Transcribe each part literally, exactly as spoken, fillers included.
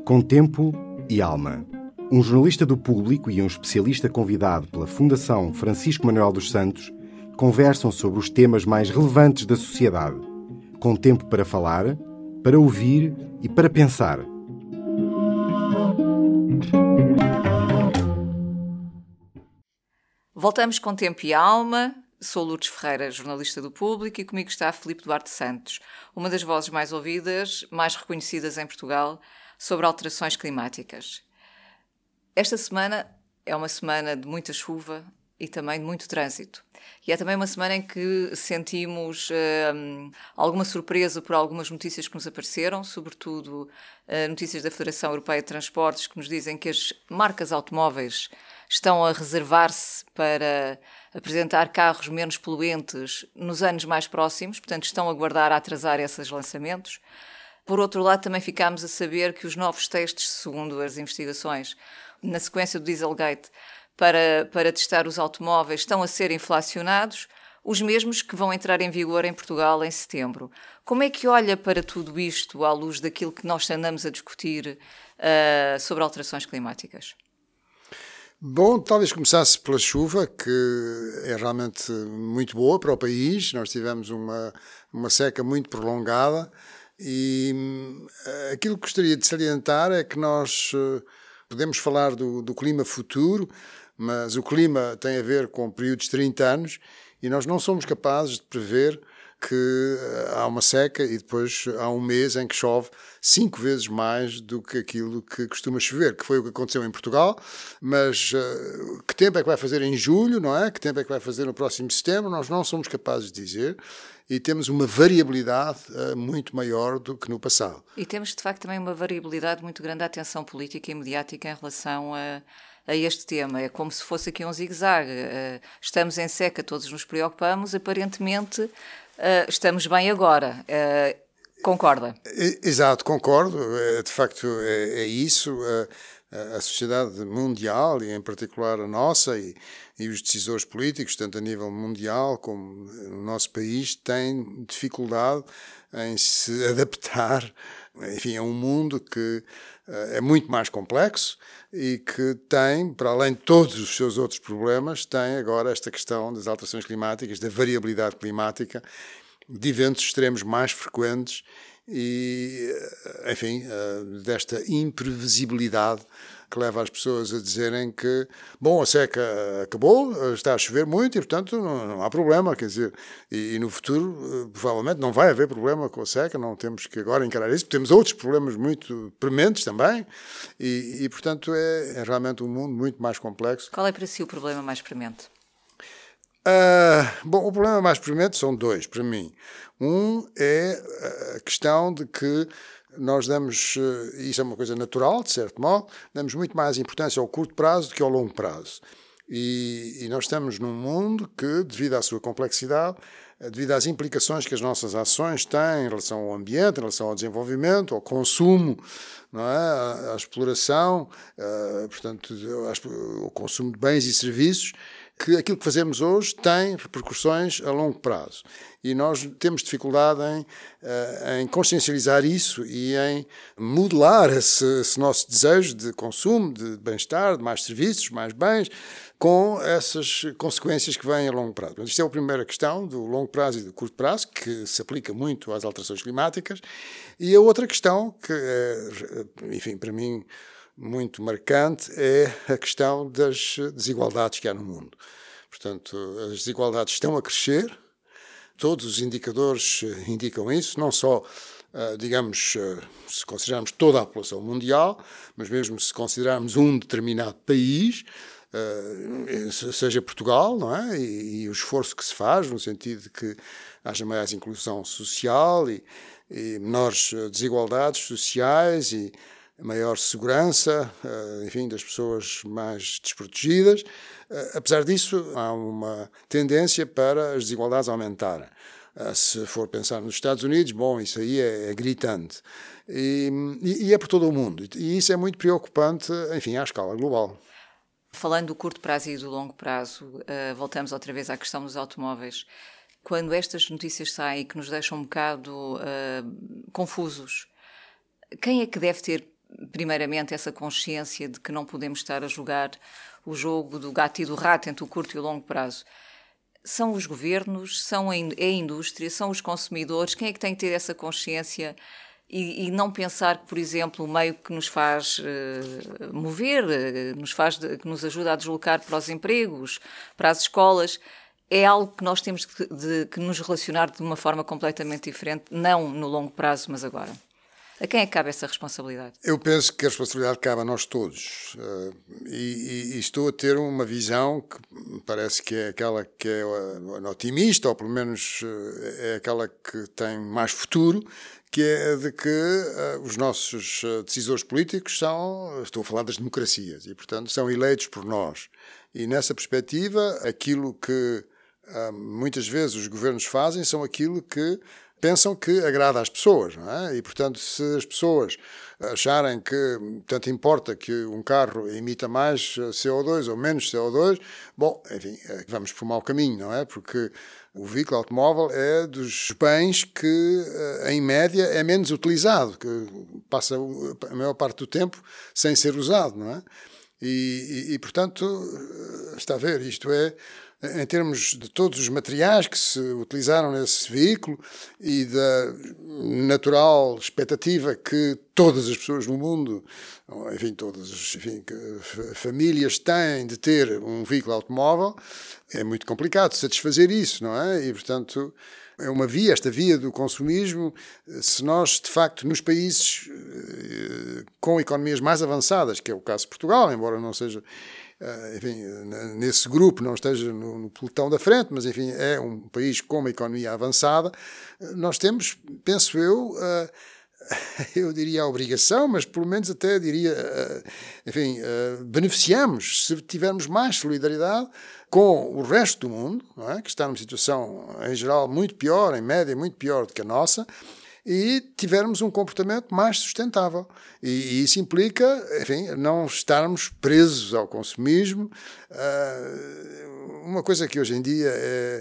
Com Tempo e Alma. Um jornalista do Público e um especialista convidado pela Fundação Francisco Manuel dos Santos conversam sobre os temas mais relevantes da sociedade. Com tempo para falar, para ouvir e para pensar. Voltamos com Tempo e Alma. Sou Lourdes Ferreira, jornalista do Público, e comigo está Filipe Duarte Santos, uma das vozes mais ouvidas, mais reconhecidas em Portugal, sobre alterações climáticas. Esta semana é uma semana de muita chuva e também de muito trânsito. E é também uma semana em que sentimos hum, alguma surpresa por algumas notícias que nos apareceram, sobretudo uh, notícias da Federação Europeia de Transportes, que nos dizem que as marcas automóveis estão a reservar-se para apresentar carros menos poluentes nos anos mais próximos, portanto estão a guardar, a atrasar esses lançamentos. Por outro lado, também ficámos a saber que os novos testes, segundo as investigações, na sequência do Dieselgate, para, para testar os automóveis, estão a ser inflacionados, os mesmos que vão entrar em vigor em Portugal em setembro. Como é que olha para tudo isto à luz daquilo que nós andamos a discutir uh, sobre alterações climáticas? Bom, talvez começasse pela chuva, que é realmente muito boa para o país. Nós tivemos uma, uma seca muito prolongada e aquilo que gostaria de salientar é que nós podemos falar do, do clima futuro, mas o clima tem a ver com períodos de trinta anos e nós não somos capazes de prever que há uma seca e depois há um mês em que chove cinco vezes mais do que aquilo que costuma chover, que foi o que aconteceu em Portugal, mas uh, que tempo é que vai fazer em julho, não é? Que tempo é que vai fazer no próximo setembro? Nós não somos capazes de dizer e temos uma variabilidade uh, muito maior do que no passado. E temos, de facto, também uma variabilidade muito grande da atenção política e mediática em relação a... a este tema. É como se fosse aqui um zigue-zague. Uh, estamos em seca, todos nos preocupamos, aparentemente uh, estamos bem agora. Uh, concorda? Exato, concordo. De facto, é, é isso. A, a sociedade mundial, e em particular a nossa, e, e os decisores políticos, tanto a nível mundial como no nosso país, têm dificuldade em se adaptar, enfim, a um mundo que é muito mais complexo e que tem, para além de todos os seus outros problemas, tem agora esta questão das alterações climáticas, da variabilidade climática, de eventos extremos mais frequentes e, enfim, desta imprevisibilidade que leva as pessoas a dizerem que, bom, a seca acabou, está a chover muito e, portanto, não, não há problema, quer dizer, e, e no futuro, provavelmente, não vai haver problema com a seca, não temos que agora encarar isso, porque temos outros problemas muito prementes também e, e portanto, é, é realmente um mundo muito mais complexo. Qual é para si o problema mais premente? Uh, bom, o problema mais premente são dois, para mim. Um é a questão de que nós damos, e isso é uma coisa natural, de certo modo, damos muito mais importância ao curto prazo do que ao longo prazo. E, e nós estamos num mundo que, devido à sua complexidade, devido às implicações que as nossas ações têm em relação ao ambiente, em relação ao desenvolvimento, ao consumo, não é? à, à exploração, uh, portanto, ao consumo de bens e serviços, que aquilo que fazemos hoje tem repercussões a longo prazo. E nós temos dificuldade em, em consciencializar isso e em modelar esse, esse nosso desejo de consumo, de bem-estar, de mais serviços, mais bens, com essas consequências que vêm a longo prazo. Mas isto é a primeira questão do longo prazo e do curto prazo, que se aplica muito às alterações climáticas. E a outra questão, que é, enfim, para mim, muito marcante, é a questão das desigualdades que há no mundo. Portanto, as desigualdades estão a crescer, todos os indicadores indicam isso, não só, digamos, se considerarmos toda a população mundial, mas mesmo se considerarmos um determinado país, seja Portugal, não é? E, e o esforço que se faz no sentido de que haja mais inclusão social e, e menores desigualdades sociais e maior segurança, enfim, das pessoas mais desprotegidas. Apesar disso, há uma tendência para as desigualdades aumentarem. Se for pensar nos Estados Unidos, bom, isso aí é, é gritante. E, e é por todo o mundo. E isso é muito preocupante, enfim, à escala global. Falando do curto prazo e do longo prazo, uh, voltamos outra vez à questão dos automóveis. Quando estas notícias saem que nos deixam um bocado uh, confusos, quem é que deve ter primeiramente, essa consciência de que não podemos estar a jogar o jogo do gato e do rato entre o curto e o longo prazo? São os governos, são a, in- é a indústria, são os consumidores? Quem é que tem que ter essa consciência e, e não pensar que, por exemplo, o meio que nos faz uh, mover, uh, nos faz de, que nos ajuda a deslocar para os empregos, para as escolas, é algo que nós temos que, de, que nos relacionar de uma forma completamente diferente, não no longo prazo, mas agora? A quem é que cabe essa responsabilidade? Eu penso que a responsabilidade cabe a nós todos. Uh, e, e, e estou a ter uma visão que me parece que é aquela que é uh, otimista, ou pelo menos uh, é aquela que tem mais futuro, que é de que uh, os nossos uh, decisores políticos são, estou a falar das democracias, e portanto são eleitos por nós. E nessa perspectiva, aquilo que uh, muitas vezes os governos fazem são aquilo que pensam que agrada às pessoas, não é? E, portanto, se as pessoas acharem que tanto importa que um carro emita mais C O dois ou menos C O dois, bom, enfim, vamos por um mau caminho, não é? Porque o veículo automóvel é dos bens que, em média, é menos utilizado, que passa a maior parte do tempo sem ser usado, não é? E, e, e portanto, está a ver, isto é, em termos de todos os materiais que se utilizaram nesse veículo e da natural expectativa que todas as pessoas no mundo, enfim, todas as enfim, famílias têm de ter um veículo automóvel, é muito complicado satisfazer isso, não é? E, portanto, é uma via, esta via do consumismo, se nós, de facto, nos países com economias mais avançadas, que é o caso de Portugal, embora não seja... enfim, nesse grupo não esteja no, no pelotão da frente, mas enfim, é um país com uma economia avançada, nós temos, penso eu, eu diria a obrigação, mas pelo menos até diria, enfim, beneficiamos se tivermos mais solidariedade com o resto do mundo, não é? Que está numa situação, em geral, muito pior, em média, muito pior do que a nossa, e tivermos um comportamento mais sustentável. E, e isso implica, enfim, não estarmos presos ao consumismo. Uh, uma coisa que hoje em dia é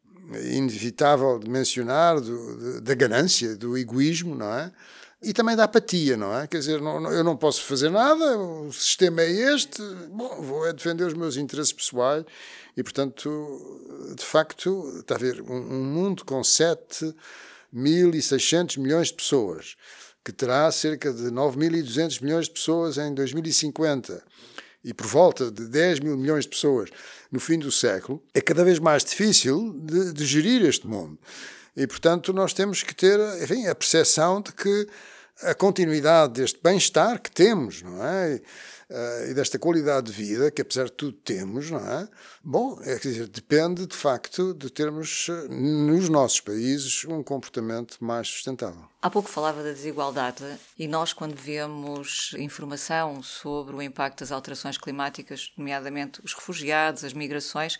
inevitável de mencionar, do, de, da ganância, do egoísmo, não é? E também da apatia, não é? Quer dizer, não, eu não posso fazer nada, o sistema é este, bom, vou é defender os meus interesses pessoais e, portanto, de facto, está a ver, um, um mundo com sete mil e seiscentos milhões de pessoas, que terá cerca de nove mil e duzentos milhões de pessoas em dois mil e cinquenta e por volta de dez mil milhões de pessoas no fim do século, é cada vez mais difícil de, de gerir este mundo. E, portanto, nós temos que ter, enfim, a percepção de que a continuidade deste bem-estar que temos, não é? E desta qualidade de vida, que apesar de tudo temos, não é? Bom, é, quer dizer, depende de facto de termos nos nossos países um comportamento mais sustentável. Há pouco falava da desigualdade e nós, quando vemos informação sobre o impacto das alterações climáticas, nomeadamente os refugiados, as migrações,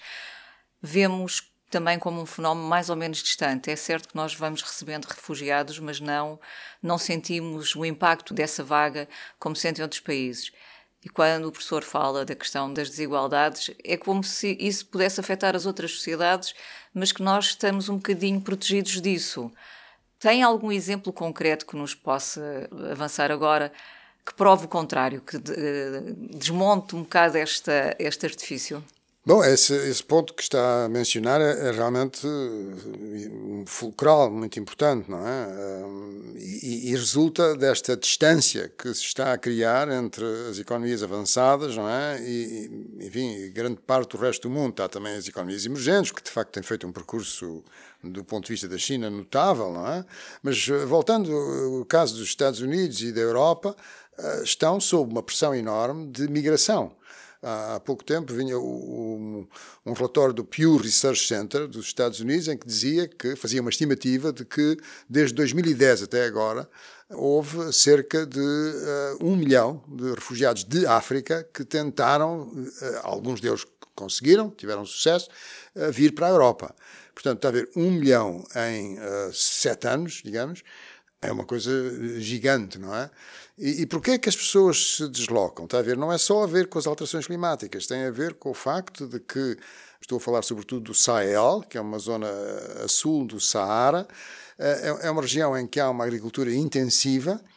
vemos também como um fenómeno mais ou menos distante. É certo que nós vamos recebendo refugiados, mas não, não sentimos o impacto dessa vaga como sentem outros países. E quando o professor fala da questão das desigualdades, é como se isso pudesse afetar as outras sociedades, mas que nós estamos um bocadinho protegidos disso. Tem algum exemplo concreto que nos possa avançar agora, que prove o contrário, que desmonte um bocado esta, este artifício? Bom, esse, esse ponto que está a mencionar é, é realmente um fulcral, muito importante, não é? E, e resulta desta distância que se está a criar entre as economias avançadas, não é? E, enfim, grande parte do resto do mundo. Está também as economias emergentes, que de facto têm feito um percurso, do ponto de vista da China, notável, não é? Mas, voltando ao caso dos Estados Unidos e da Europa, estão sob uma pressão enorme de migração. Há pouco tempo vinha um, um relatório do Pew Research Center dos Estados Unidos em que dizia que fazia uma estimativa de que desde dois mil e dez até agora houve cerca de uh, um milhão de refugiados de África que tentaram, uh, alguns deles conseguiram, tiveram sucesso, uh, vir para a Europa. Portanto, está a haver um milhão em uh, sete anos, digamos, é uma coisa gigante, não é? E, e porquê é que as pessoas se deslocam? Está a ver? Não é só a ver com as alterações climáticas, tem a ver com o facto de que, estou a falar sobretudo do Sahel, que é uma zona a sul do Saara, é, é uma região em que há uma agricultura intensiva,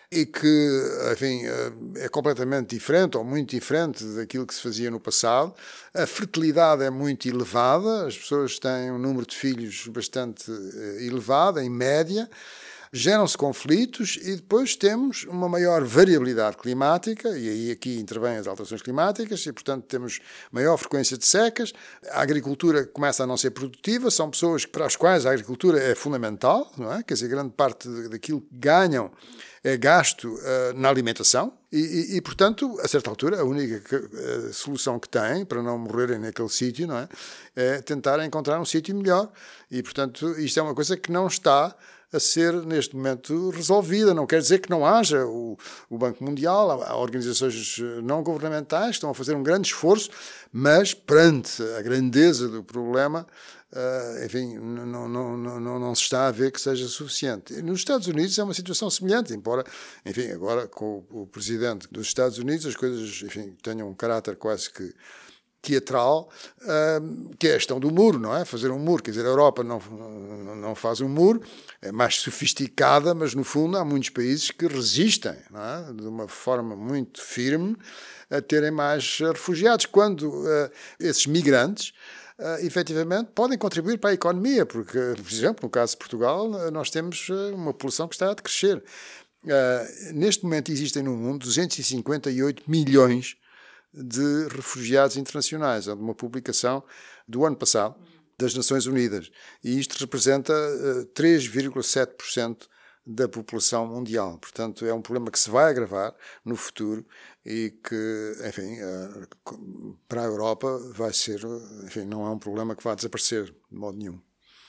e que, enfim, é completamente diferente ou muito diferente daquilo que se fazia no passado. A fertilidade é muito elevada, as pessoas têm um número de filhos bastante elevado, em média. Geram-se conflitos e depois temos uma maior variabilidade climática, e aí aqui intervêm as alterações climáticas, e portanto temos maior frequência de secas. A agricultura começa a não ser produtiva, são pessoas para as quais a agricultura é fundamental, não é? Quer dizer, grande parte daquilo que ganham é gasto uh, na alimentação e, e, e, portanto, a certa altura, a única que, uh, solução que têm para não morrerem naquele sítio, não é? É tentar encontrar um sítio melhor. E, portanto, isto é uma coisa que não está a ser, neste momento, resolvida. Não quer dizer que não haja o, o Banco Mundial, há organizações não governamentais que estão a fazer um grande esforço, mas, perante a grandeza do problema, Uh, enfim, não, não, não, não se está a ver que seja suficiente. E nos Estados Unidos é uma situação semelhante, embora, enfim, agora com o, o presidente dos Estados Unidos as coisas, enfim, tenham um caráter quase que teatral, uh, que é a questão do muro, não é? Fazer um muro, quer dizer, a Europa não, não, não faz um muro, é mais sofisticada, mas no fundo há muitos países que resistem, não é? De uma forma muito firme a terem mais refugiados, quando uh, esses migrantes Uh, efetivamente podem contribuir para a economia, porque, por exemplo, no caso de Portugal, nós temos uma população que está a crescer. Uh, neste momento existem no mundo duzentos e cinquenta e oito milhões de refugiados internacionais, é de uma publicação do ano passado das Nações Unidas, e isto representa uh, três vírgula sete por cento da população mundial. Portanto, é um problema que se vai agravar no futuro e que, enfim, para a Europa vai ser, enfim, não é um problema que vai desaparecer de modo nenhum.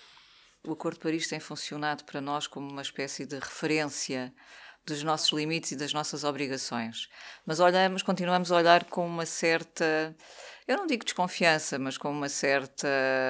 O Acordo de Paris tem funcionado para nós como uma espécie de referência dos nossos limites e das nossas obrigações. Mas olhamos, continuamos a olhar com uma certa, eu não digo desconfiança, mas com uma certa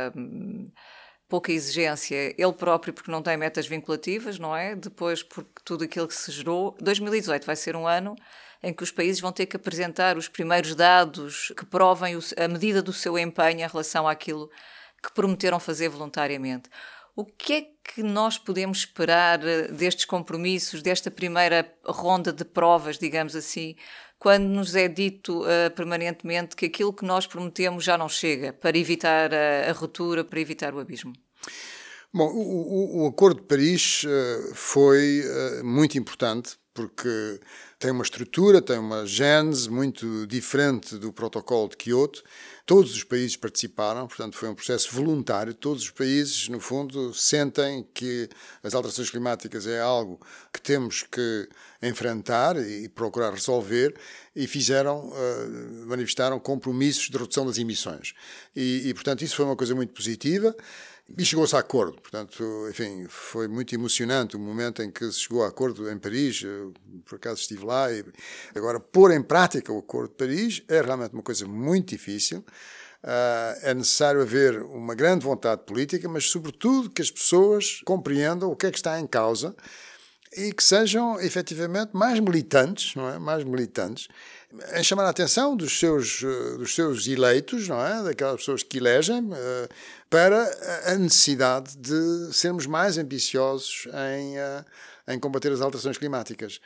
pouca exigência, ele próprio porque não tem metas vinculativas, não é? Depois porque tudo aquilo que se gerou. dois mil e dezoito vai ser um ano em que os países vão ter que apresentar os primeiros dados que provem a medida do seu empenho em relação àquilo que prometeram fazer voluntariamente. O que é que nós podemos esperar destes compromissos, desta primeira ronda de provas, digamos assim, quando nos é dito uh, permanentemente que aquilo que nós prometemos já não chega para evitar a, a ruptura, para evitar o abismo? Bom, o, o, o Acordo de Paris uh, foi uh, muito importante porque tem uma estrutura, tem uma gênese muito diferente do protocolo de Kyoto. Todos os países participaram, portanto foi um processo voluntário. Todos os países, no fundo, sentem que as alterações climáticas é algo que temos que enfrentar e procurar resolver, e fizeram, manifestaram compromissos de redução das emissões. E, e portanto, isso foi uma coisa muito positiva. E chegou-se a acordo, portanto, enfim, foi muito emocionante o momento em que se chegou a acordo em Paris. Eu, por acaso estive lá, e agora pôr em prática o Acordo de Paris é realmente uma coisa muito difícil. Uh, é necessário haver uma grande vontade política, mas sobretudo que as pessoas compreendam o que é que está em causa e que sejam efetivamente mais militantes, não é? Mais militantes, em chamar a atenção dos seus, dos seus eleitos, não é? Daquelas pessoas que elegem, para a necessidade de sermos mais ambiciosos em, em combater as alterações climáticas.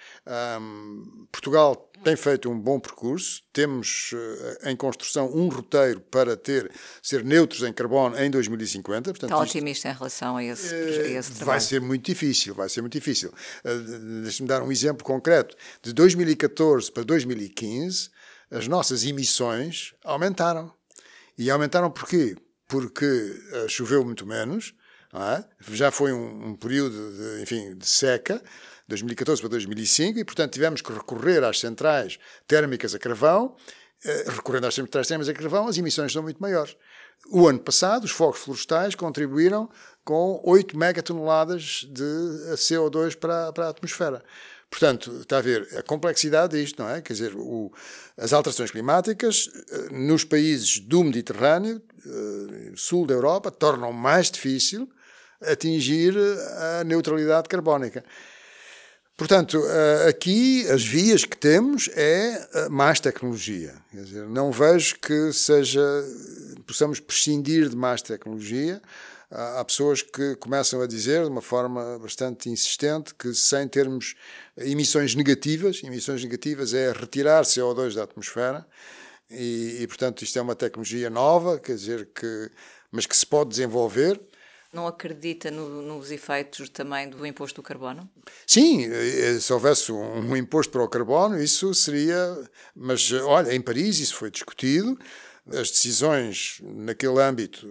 Um, Portugal tem feito um bom percurso, temos em construção um roteiro para ter, ser neutros em carbono em dois mil e cinquenta. Portanto, está isto, otimista em relação a esse, a esse trabalho? Vai ser muito difícil, vai ser muito difícil. Uh, Deixe-me dar um exemplo concreto. De dois mil e catorze para dois mil e quinze, as nossas emissões aumentaram. E aumentaram porquê? Porque uh, choveu muito menos, não é? Já foi um, um período de, enfim, de seca, dois mil e catorze para dois mil e cinco, e, portanto, tivemos que recorrer às centrais térmicas a carvão. Uh, recorrendo às centrais térmicas a carvão, as emissões são muito maiores. O ano passado, os fogos florestais contribuíram com oito megatoneladas de C O dois para, para a atmosfera. Portanto, está a ver a complexidade disto, não é? Quer dizer, o, as alterações climáticas nos países do Mediterrâneo, uh, sul da Europa, tornam mais difícil atingir a neutralidade carbónica. Portanto, aqui as vias que temos é mais tecnologia. Quer dizer, não vejo que seja, possamos prescindir de mais tecnologia. há pessoas que começam a dizer de uma forma bastante insistente que sem termos emissões negativas, emissões negativas é retirar C O dois da atmosfera e, e portanto isto é uma tecnologia nova, quer dizer que, mas que se pode desenvolver. Não acredita no, nos efeitos também do imposto do carbono? Sim, se houvesse um, um imposto para o carbono, isso seria... Mas, olha, em Paris isso foi discutido. As decisões naquele âmbito,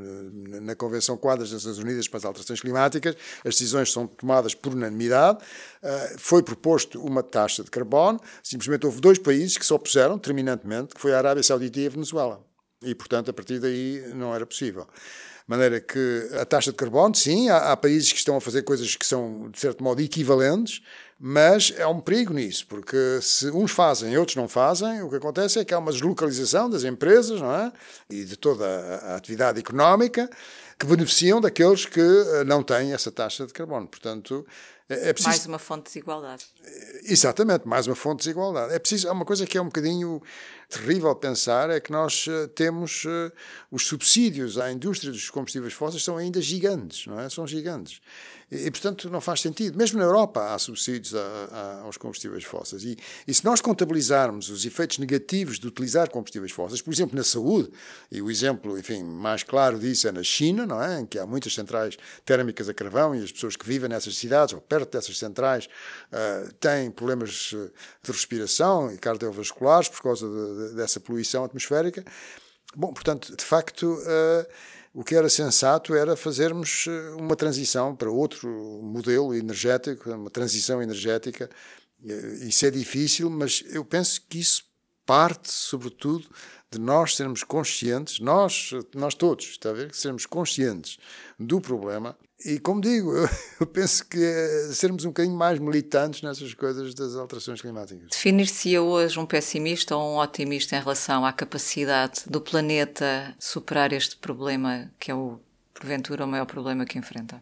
na Convenção Quadro das Nações Unidas para as Alterações Climáticas, as decisões são tomadas por unanimidade. Foi proposto uma taxa de carbono. Simplesmente houve dois países que se opuseram terminantemente, que foi a Arábia Saudita e a Venezuela. E, portanto, a partir daí não era possível. De maneira que a taxa de carbono, sim, há, há países que estão a fazer coisas que são, de certo modo, equivalentes, mas é um perigo nisso, porque se uns fazem e outros não fazem, o que acontece é que há uma deslocalização das empresas, não é? E de toda a, a atividade económica que beneficiam daqueles que não têm essa taxa de carbono. Portanto, é, é preciso... Mais uma fonte de desigualdade. Exatamente, mais uma fonte de desigualdade. É preciso, há uma coisa que é um bocadinho terrível pensar, é que nós uh, temos uh, os subsídios à indústria dos combustíveis fósseis são ainda gigantes, não é? São gigantes. E, e, portanto, não faz sentido. Mesmo na Europa há subsídios a, a, aos combustíveis fósseis. E, e se nós contabilizarmos os efeitos negativos de utilizar combustíveis fósseis, por exemplo, na saúde, e o exemplo, enfim, mais claro disso é na China, não é? Em que há muitas centrais térmicas a carvão e as pessoas que vivem nessas cidades ou perto dessas centrais uh, têm problemas de respiração e cardiovasculares por causa de, de, dessa poluição atmosférica. Bom, portanto, de facto, uh, o que era sensato era fazermos uma transição para outro modelo energético, uma transição energética. Isso é difícil, mas eu penso que isso parte, sobretudo, de nós sermos conscientes, nós, nós todos, está a ver? Sermos conscientes do problema. E, como digo, eu, eu penso que é sermos um bocadinho mais militantes nessas coisas das alterações climáticas. Definir-se-ia hoje um pessimista ou um otimista em relação à capacidade do planeta superar este problema, que é, o, porventura, o maior problema que enfrenta?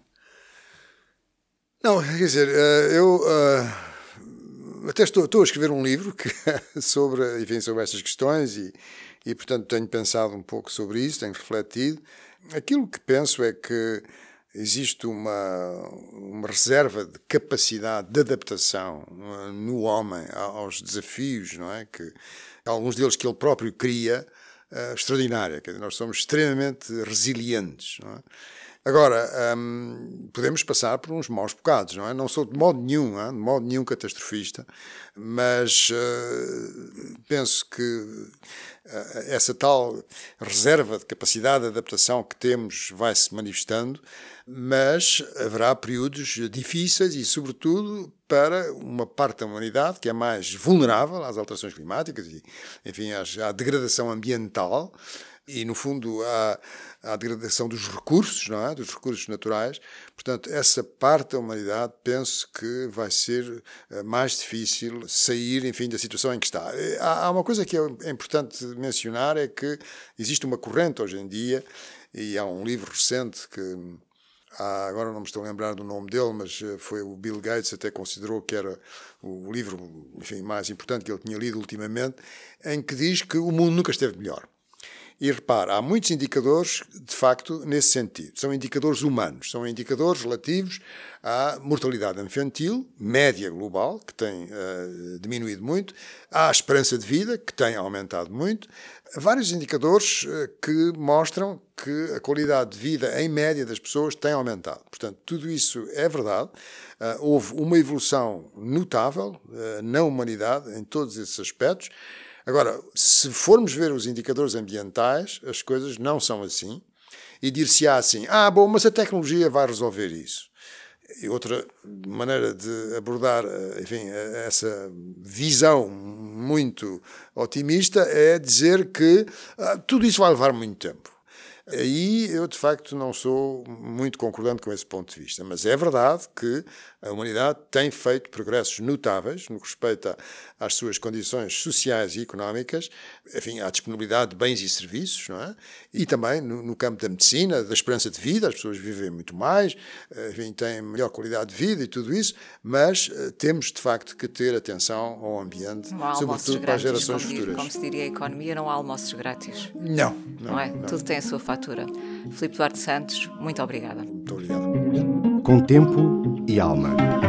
Não, quer dizer, eu uh, até estou, estou a escrever um livro que, sobre, enfim, sobre estas questões e, e, portanto, tenho pensado um pouco sobre isso, tenho refletido. Aquilo que penso é que existe uma, uma reserva de capacidade de adaptação no homem aos desafios, não é? Que alguns deles que ele próprio cria, uh, extraordinária. Quer dizer, nós somos extremamente resilientes, não é? Agora, um, podemos passar por uns maus bocados, não é? Não sou de modo nenhum, hein? de modo nenhum catastrofista, mas uh, penso que uh, essa tal reserva de capacidade de adaptação que temos vai se manifestando, mas haverá períodos difíceis e, sobretudo, para uma parte da humanidade que é mais vulnerável às alterações climáticas e, enfim, à degradação ambiental. E, no fundo, à, à degradação dos recursos, não é? Dos recursos naturais. Portanto, essa parte da humanidade penso que vai ser mais difícil sair, enfim, da situação em que está. Há, há uma coisa que é importante mencionar, é que existe uma corrente hoje em dia, e há um livro recente que... Há, agora não me estou a lembrar do nome dele, mas foi o Bill Gates até considerou que era o livro, enfim, mais importante que ele tinha lido ultimamente, em que diz que o mundo nunca esteve melhor. E repara, há muitos indicadores, de facto, nesse sentido. São indicadores humanos, são indicadores relativos à mortalidade infantil, média global, que tem uh, diminuído muito, à esperança de vida, que tem aumentado muito. Vários indicadores uh, que mostram que a qualidade de vida, em média, das pessoas tem aumentado. Portanto, tudo isso é verdade. Uh, houve uma evolução notável uh, na humanidade, em todos esses aspectos. Agora, se formos ver os indicadores ambientais, as coisas não são assim. E dir-se-á assim, ah, bom, mas a tecnologia vai resolver isso. E outra maneira de abordar, enfim, essa visão muito otimista é dizer que ah, tudo isso vai levar muito tempo. Aí eu, de facto, não sou muito concordante com esse ponto de vista. Mas é verdade que a humanidade tem feito progressos notáveis no que respeita às suas condições sociais e económicas, enfim, à disponibilidade de bens e serviços, não é? E também no, no campo da medicina, da esperança de vida, as pessoas vivem muito mais, enfim, têm melhor qualidade de vida e tudo isso, mas uh, temos, de facto, que ter atenção ao ambiente, sobretudo para as gerações como futuras. Como se diria a economia, não há almoços grátis. Não, não, não é? Não. Tudo tem a sua fatura. fatura. Filipe Duarte Santos, muito obrigada. Muito obrigado. Com tempo e alma.